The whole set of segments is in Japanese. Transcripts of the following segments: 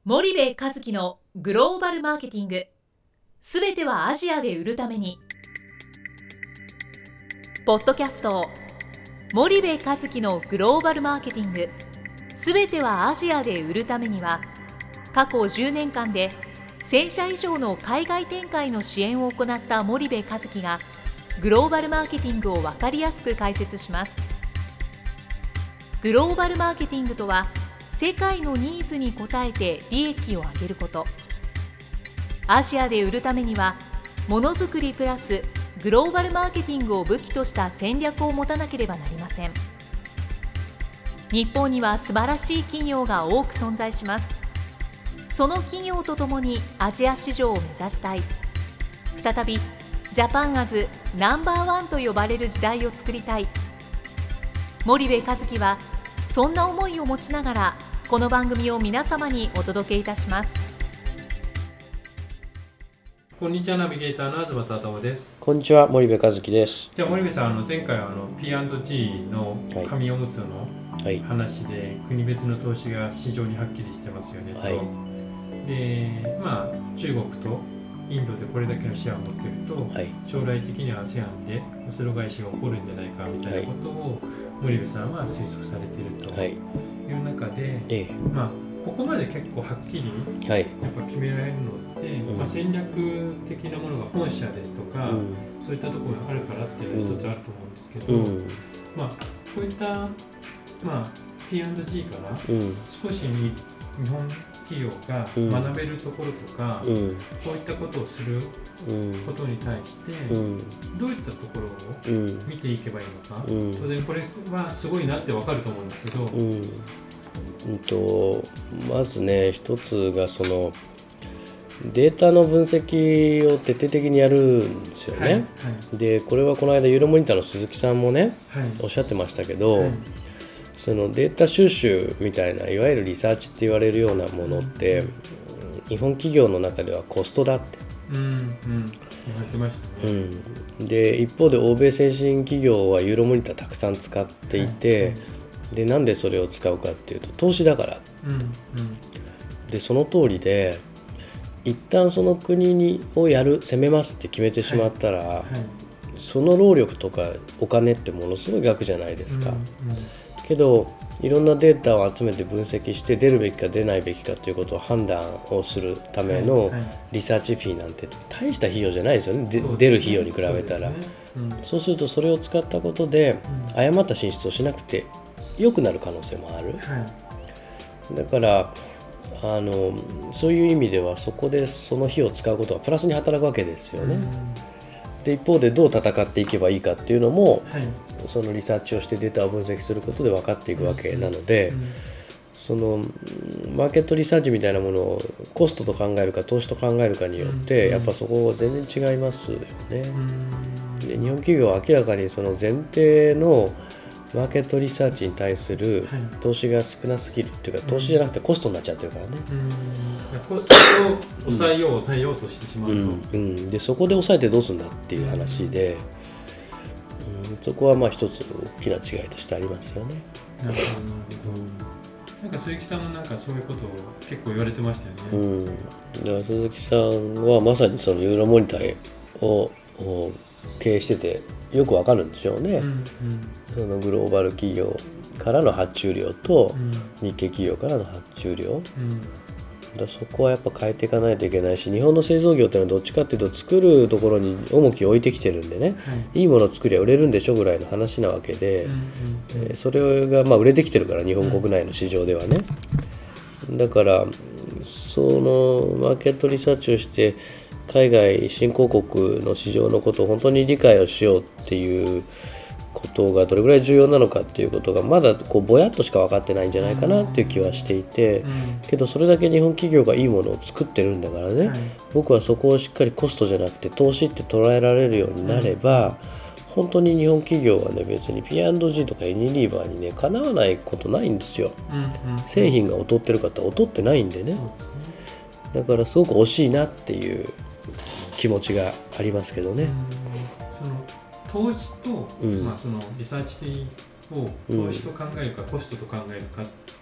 森部一樹のグローバルマーケティング、すべてはアジアで売るために。ポッドキャスト森部一樹のグローバルマーケティング、すべてはアジアで売るためには、過去10年間で1000社以上の海外展開の支援を行った森部一樹がグローバルマーケティングを分かりやすく解説します。グローバルマーケティングとは、世界のニーズに応えて利益を上げること。アジアで売るためには、ものづくりプラスグローバルマーケティングを武器とした戦略を持たなければなりません。日本には素晴らしい企業が多く存在します。その企業とともにアジア市場を目指したい。再びジャパンアズナンバーワンと呼ばれる時代を作りたい。森部一樹はそんな思いを持ちながら、この番組を皆様にお届けいたします。 こんにちは、ナビゲーターの東忠夫です。 こんにちは、森部一樹です。 じゃあ森部さん、前回はP&G の紙おむつの話で、国別の投資が市場にはっきりしてますよねと、で、中国とインドでこれだけのシェアを持っていると、将来的には ASEAN でスロー返しが起こるんじゃないかみたいなことを森部さんは推測されているという中で、ここまで結構はっきりやっぱ決められるのって、戦略的なものが本社ですとか、そういったところがあるからっていうのが一つあると思うんですけど、こういった、P&G から少し日本企業が学べるところとか、こういったことをすることに対して、どういったところを見ていけばいいのか、当然これはすごいなって分かると思うんですけど、 まずね、一つがそのデータの分析を徹底的にやるんですよね。で、これはこの間ユーロモニターの鈴木さんもね、おっしゃってましたけど、そのデータ収集みたいな、いわゆるリサーチって言われるようなものって、日本企業の中ではコストだって、 言われてましたね。 で、一方で欧米先進企業はユーロモニターたくさん使っていて、で、なんでそれを使うかっていうと投資だから、で、その通りで、一旦その国を攻めますって決めてしまったら、その労力とかお金ってものすごい額じゃないですか。けどいろんなデータを集めて分析して、出るべきか出ないべきかということを判断をするためのリサーチフィーなんて大した費用じゃないですよね。出る費用に比べたら。そうするとそれを使ったことで誤った進出をしなくて良くなる可能性もある。だからそういう意味では、そこでその費を使うことはプラスに働くわけですよね。で、一方でどう戦っていけばいいかっていうのも、そのリサーチをしてデータを分析することで分かっていくわけなので、そのマーケットリサーチみたいなものをコストと考えるか投資と考えるかによって、やっぱそこ全然違いますよね。で、日本企業は明らかにその前提のマーケットリサーチに対する投資が少なすぎるっていうか、投資じゃなくてコストになっちゃってるからね。 コストを抑えようとしてしまうと、 で、そこで抑えてどうするんだっていう話で、そこは一つ大きな違いとしてありますよね。 なるほど。鈴木さんもそういうことを結構言われてましたよね。 だから鈴木さんはまさにそのユーロモニターを経営しててよくわかるんでしょうね。そのグローバル企業からの発注量と日系企業からの発注量、だそこはやっぱ変えていかないといけないし、日本の製造業っていうのはどっちかっていうと作るところに重きを置いてきてるんでね、いいものを作りゃ売れるんでしょぐらいの話なわけで、それが売れてきてるから、日本国内の市場ではね。だからそのマーケットリサーチをして海外新興国の市場のことを本当に理解をしようっていうことがどれぐらい重要なのかっていうことがまだぼやっとしか分かってないんじゃないかなっていう気はしていて、けどそれだけ日本企業がいいものを作ってるんだからね、僕はそこをしっかりコストじゃなくて投資って捉えられるようになれば、本当に日本企業はね、別に P&G とかユニリーバーにね、かなわないことないんですよ。製品が劣ってる方は劣ってないんでね。だからすごく惜しいなっていう気持ちがありますけどね。 投資と、そのリサーチを投資と考えるか、コストと考えるかっ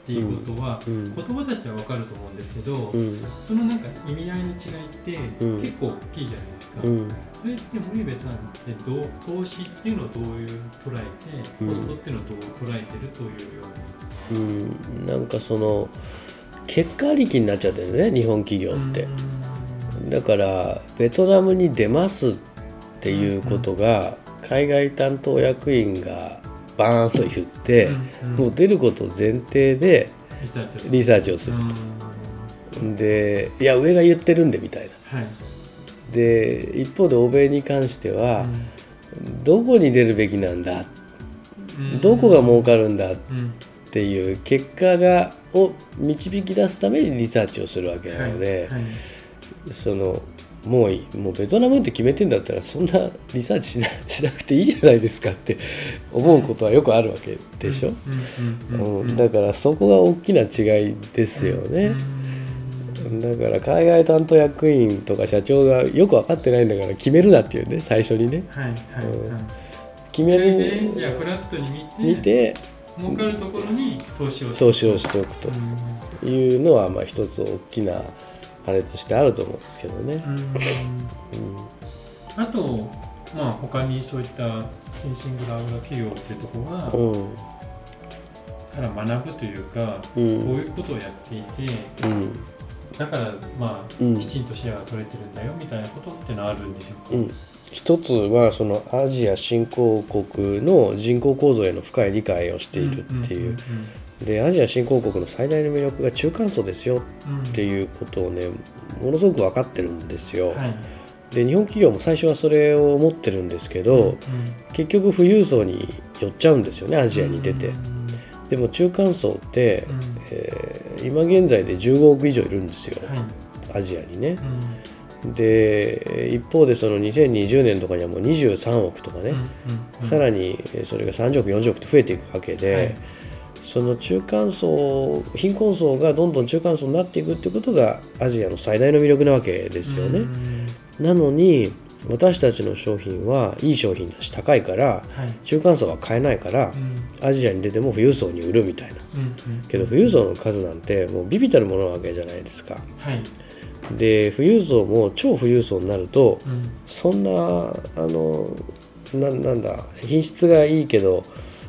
っていうことは、言葉としては分かると思うんですけど、そのなんか意味合いの違いって結構大きいじゃないですか。それって森部さんって投資っていうのをどういう捉えて、コストっていうのをどう捉えてるというような。 なんかその結果ありきになっちゃってるね、日本企業って。だからベトナムに出ますっていうことが海外担当役員がバーンと言って、もう出ることを前提でリサーチをすると。で、いや上が言ってるんでみたいな。で一方で欧米に関しては、どこに出るべきなんだ、どこが儲かるんだっていう結果を導き出すためにリサーチをするわけなので、そのもうベトナムって決めてんだったらそんなリサーチしなくていいじゃないですかって思うことはよくあるわけでしょ。だからそこが大きな違いですよね。だから海外担当役員とか社長がよく分かってないんだから決めるなっていうね、最初にね。決める。 じゃあフラットに見て儲かるところに投資をしておくというのは一つ大きなあれとしてあると思うんですけどね。 あと、他にそういったセンシングラウラ企業っていうところが、から学ぶというか、こういうことをやっていて、だからきちんとシェアが取れてるんだよみたいなことってのはあるんでしょうか。 一つはそのアジア新興国の人口構造への深い理解をしているっていう。でアジア新興国の最大の魅力が中間層ですよっていうことをね、ものすごく分かってるんですよ。で日本企業も最初はそれを思ってるんですけど、結局富裕層に寄っちゃうんですよね、アジアに出て。でも中間層って、今現在で15億以上いるんですよ、アジアにね。で一方でその2020年とかにはもう23億とかね、さらにそれが30億40億と増えていくわけで、その中間層、貧困層がどんどん中間層になっていくっていうことがアジアの最大の魅力なわけですよね。なのに私たちの商品はいい商品だし高いから、中間層は買えないから、アジアに出ても富裕層に売るみたいな、けど富裕層の数なんてもう微々たるものなわけじゃないですか。で富裕層も超富裕層になると、そんななんだ品質がいいけど、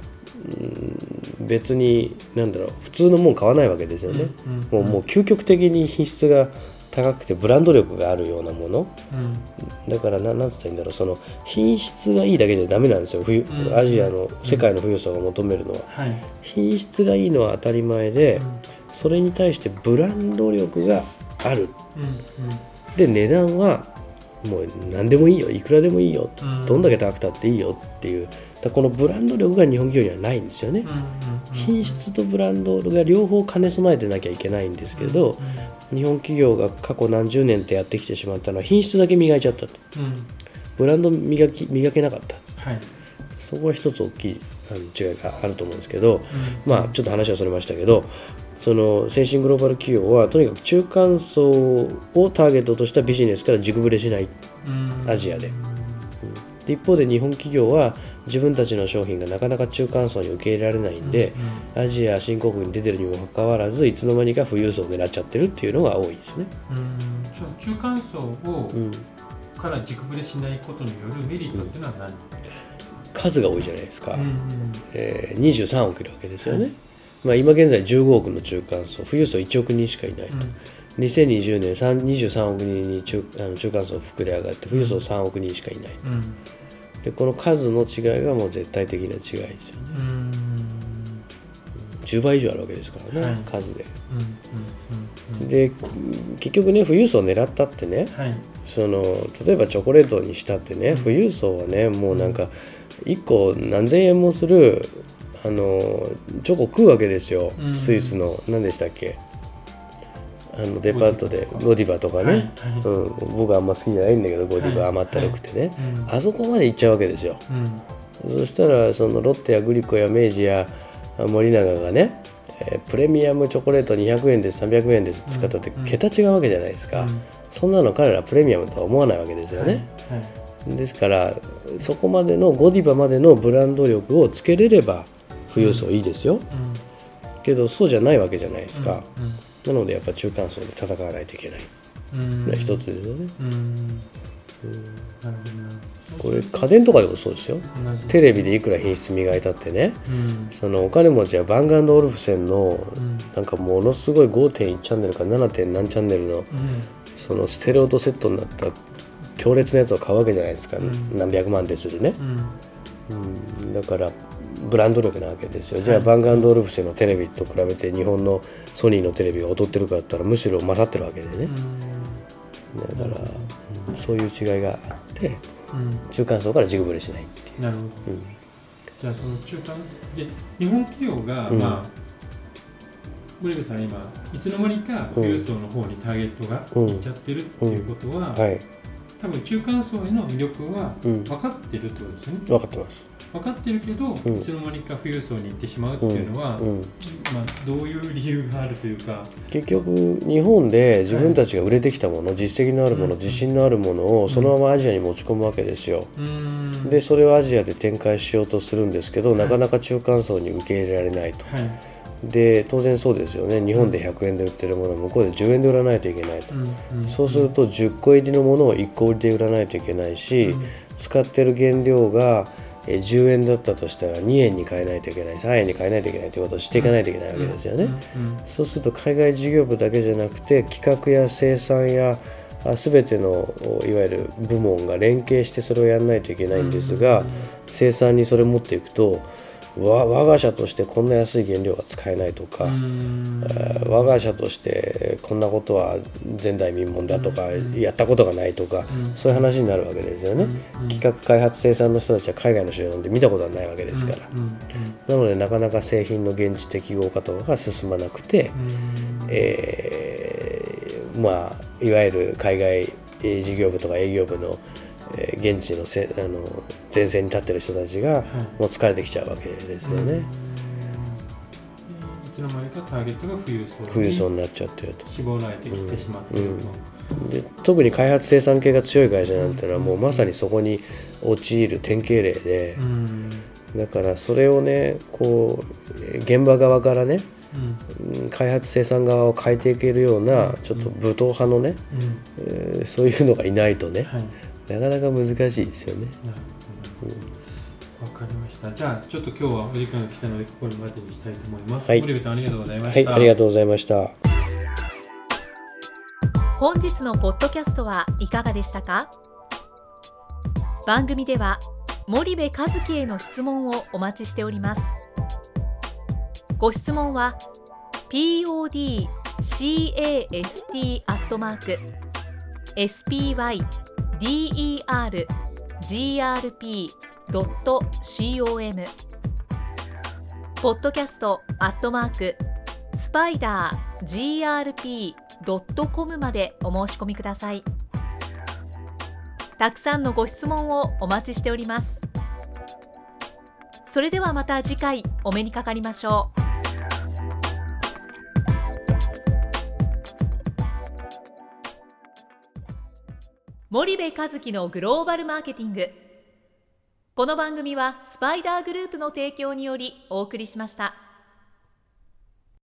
別に普通のもん買わないわけですよね。もう究極的に品質が高くてブランド力があるようなもの、だからなんて言ったらいいんだろう、その品質がいいだけじゃダメなんですよ。アジアの世界の富裕層が求めるのは、品質がいいのは当たり前で、それに対してブランド力がある、で値段はもう何でもいいよ、いくらでもいいよ、どんだけ高くたっていいよっていう、このブランド力が日本企業にはないんですよね。品質とブランドが両方兼ね備えてなきゃいけないんですけど、日本企業が過去何十年ってやってきてしまったのは品質だけ磨いちゃったと、ブランド磨けなかった、そこは一つ大きい違いがあると思うんですけど、ちょっと話はそれましたけど、その先進グローバル企業はとにかく中間層をターゲットとしたビジネスから軸ぶれしない、アジアで。一方で日本企業は自分たちの商品がなかなか中間層に受け入れられないんで、アジア新興国に出てるにもかかわらずいつの間にか富裕層を狙っちゃってるっていうのが多いですね。 中間層を、から軸ぶれしないことによるメリットっていうのは何？ 数が多いじゃないですか。23億いるわけですよね。今現在15億の中間層、富裕層1億人しかいないと。2020年23億人に中間層膨れ上がって富裕層3億人しかいない、でこの数の違いがもう絶対的な違いですよね。10倍以上あるわけですからね、数で。で結局ね、富裕層を狙ったってね、その例えばチョコレートにしたってね、富裕層はねもうなんか1個何千円もするチョコ食うわけですよ。スイスの何でしたっけ、デパートでゴディバとかね、僕はあんま好きじゃないんだけど、ゴディバ甘ったるくてね、あそこまで行っちゃうわけですよ。そしたらそのロッテやグリコや明治や森永がね、プレミアムチョコレート200円です300円です使ったって桁違うわけじゃないですか。そんなの彼らプレミアムとは思わないわけですよね。ですからそこまでのゴディバまでのブランド力をつけれれば富裕層いいですよ。 けどそうじゃないわけじゃないですか、なのでやっぱ中間層で戦わないといけない一つですよね。これ家電とかでもそうですよ。テレビでいくら品質磨いたってね、そのお金持ちはバンガンドオルフセンのなんかものすごい 5.1 チャンネルか 7. 何チャンネルのそのステレオとセットになった強烈なやつを買うわけじゃないですか、何百万でするね、だからブランド力なわけですよ。じゃあバンガンドオルフセンのテレビと比べて日本のソニーのテレビが劣ってるかって言ったらむしろ勝ってるわけでね、だから、そういう違いがあって中間層からジグブレしないっていう。 なるほど、じゃあその中間で日本企業が、森部さん今いつの間にか富裕層の方にターゲットがいっちゃってるっていうことは、多分中間層への魅力は分かってるってことですよね。 分かってます。 分かってるけど、いつの間にか富裕層に行ってしまうっていうのは、どういう理由があるというか、 結局日本で自分たちが売れてきたもの、実績のあるもの、自信のあるものをそのままアジアに持ち込むわけですよ。でそれをアジアで展開しようとするんですけど、なかなか中間層に受け入れられないと。で当然そうですよね。日本で100円で売ってるものを向こうで10円で売らないといけないと、そうすると10個入りのものを1個売りで売らないといけないし、使ってる原料が10円だったとしたら2円に変えないといけない、3円に変えないといけないということをしていかないといけないわけですよね。そうすると海外事業部だけじゃなくて企画や生産や全てのいわゆる部門が連携してそれをやらないといけないんですが、生産にそれを持っていくと我が社としてこんな安い原料が使えないとか、我が社としてこんなことは前代未聞だとか、やったことがないとか、そういう話になるわけですよね。企画開発生産の人たちは海外の人なんで見たことはないわけですから、なのでなかなか製品の現地適合化とかが進まなくて、いわゆる海外事業部とか営業部の現地の前線に立ってる人たちがもう疲れてきちゃうわけですよね。 いつの間にかターゲットが富裕層になっちゃってると、 絞られてきてしまっていると。 で特に開発生産系が強い会社なんていうのはもうまさにそこに陥る典型例で、だからそれをねこう現場側からね、開発生産側を変えていけるようなちょっと武闘派のね、そういうのがいないとね、なかなか難しいですよね。 わかりました。じゃあちょっと今日はお時間が来たのでここまでにしたいと思います。森部さんありがとうございました。 ありがとうございました。 本日のポッドキャストはいかがでしたか？番組では森部一樹への質問をお待ちしております。ご質問は podcast@spydergrp.com podcast@spidergrp.com までお申し込みください。たくさんのご質問をお待ちしております。それではまた次回お目にかかりましょう。森部一樹のグローバルマーケティング。この番組はスパイダーグループの提供によりお送りしました。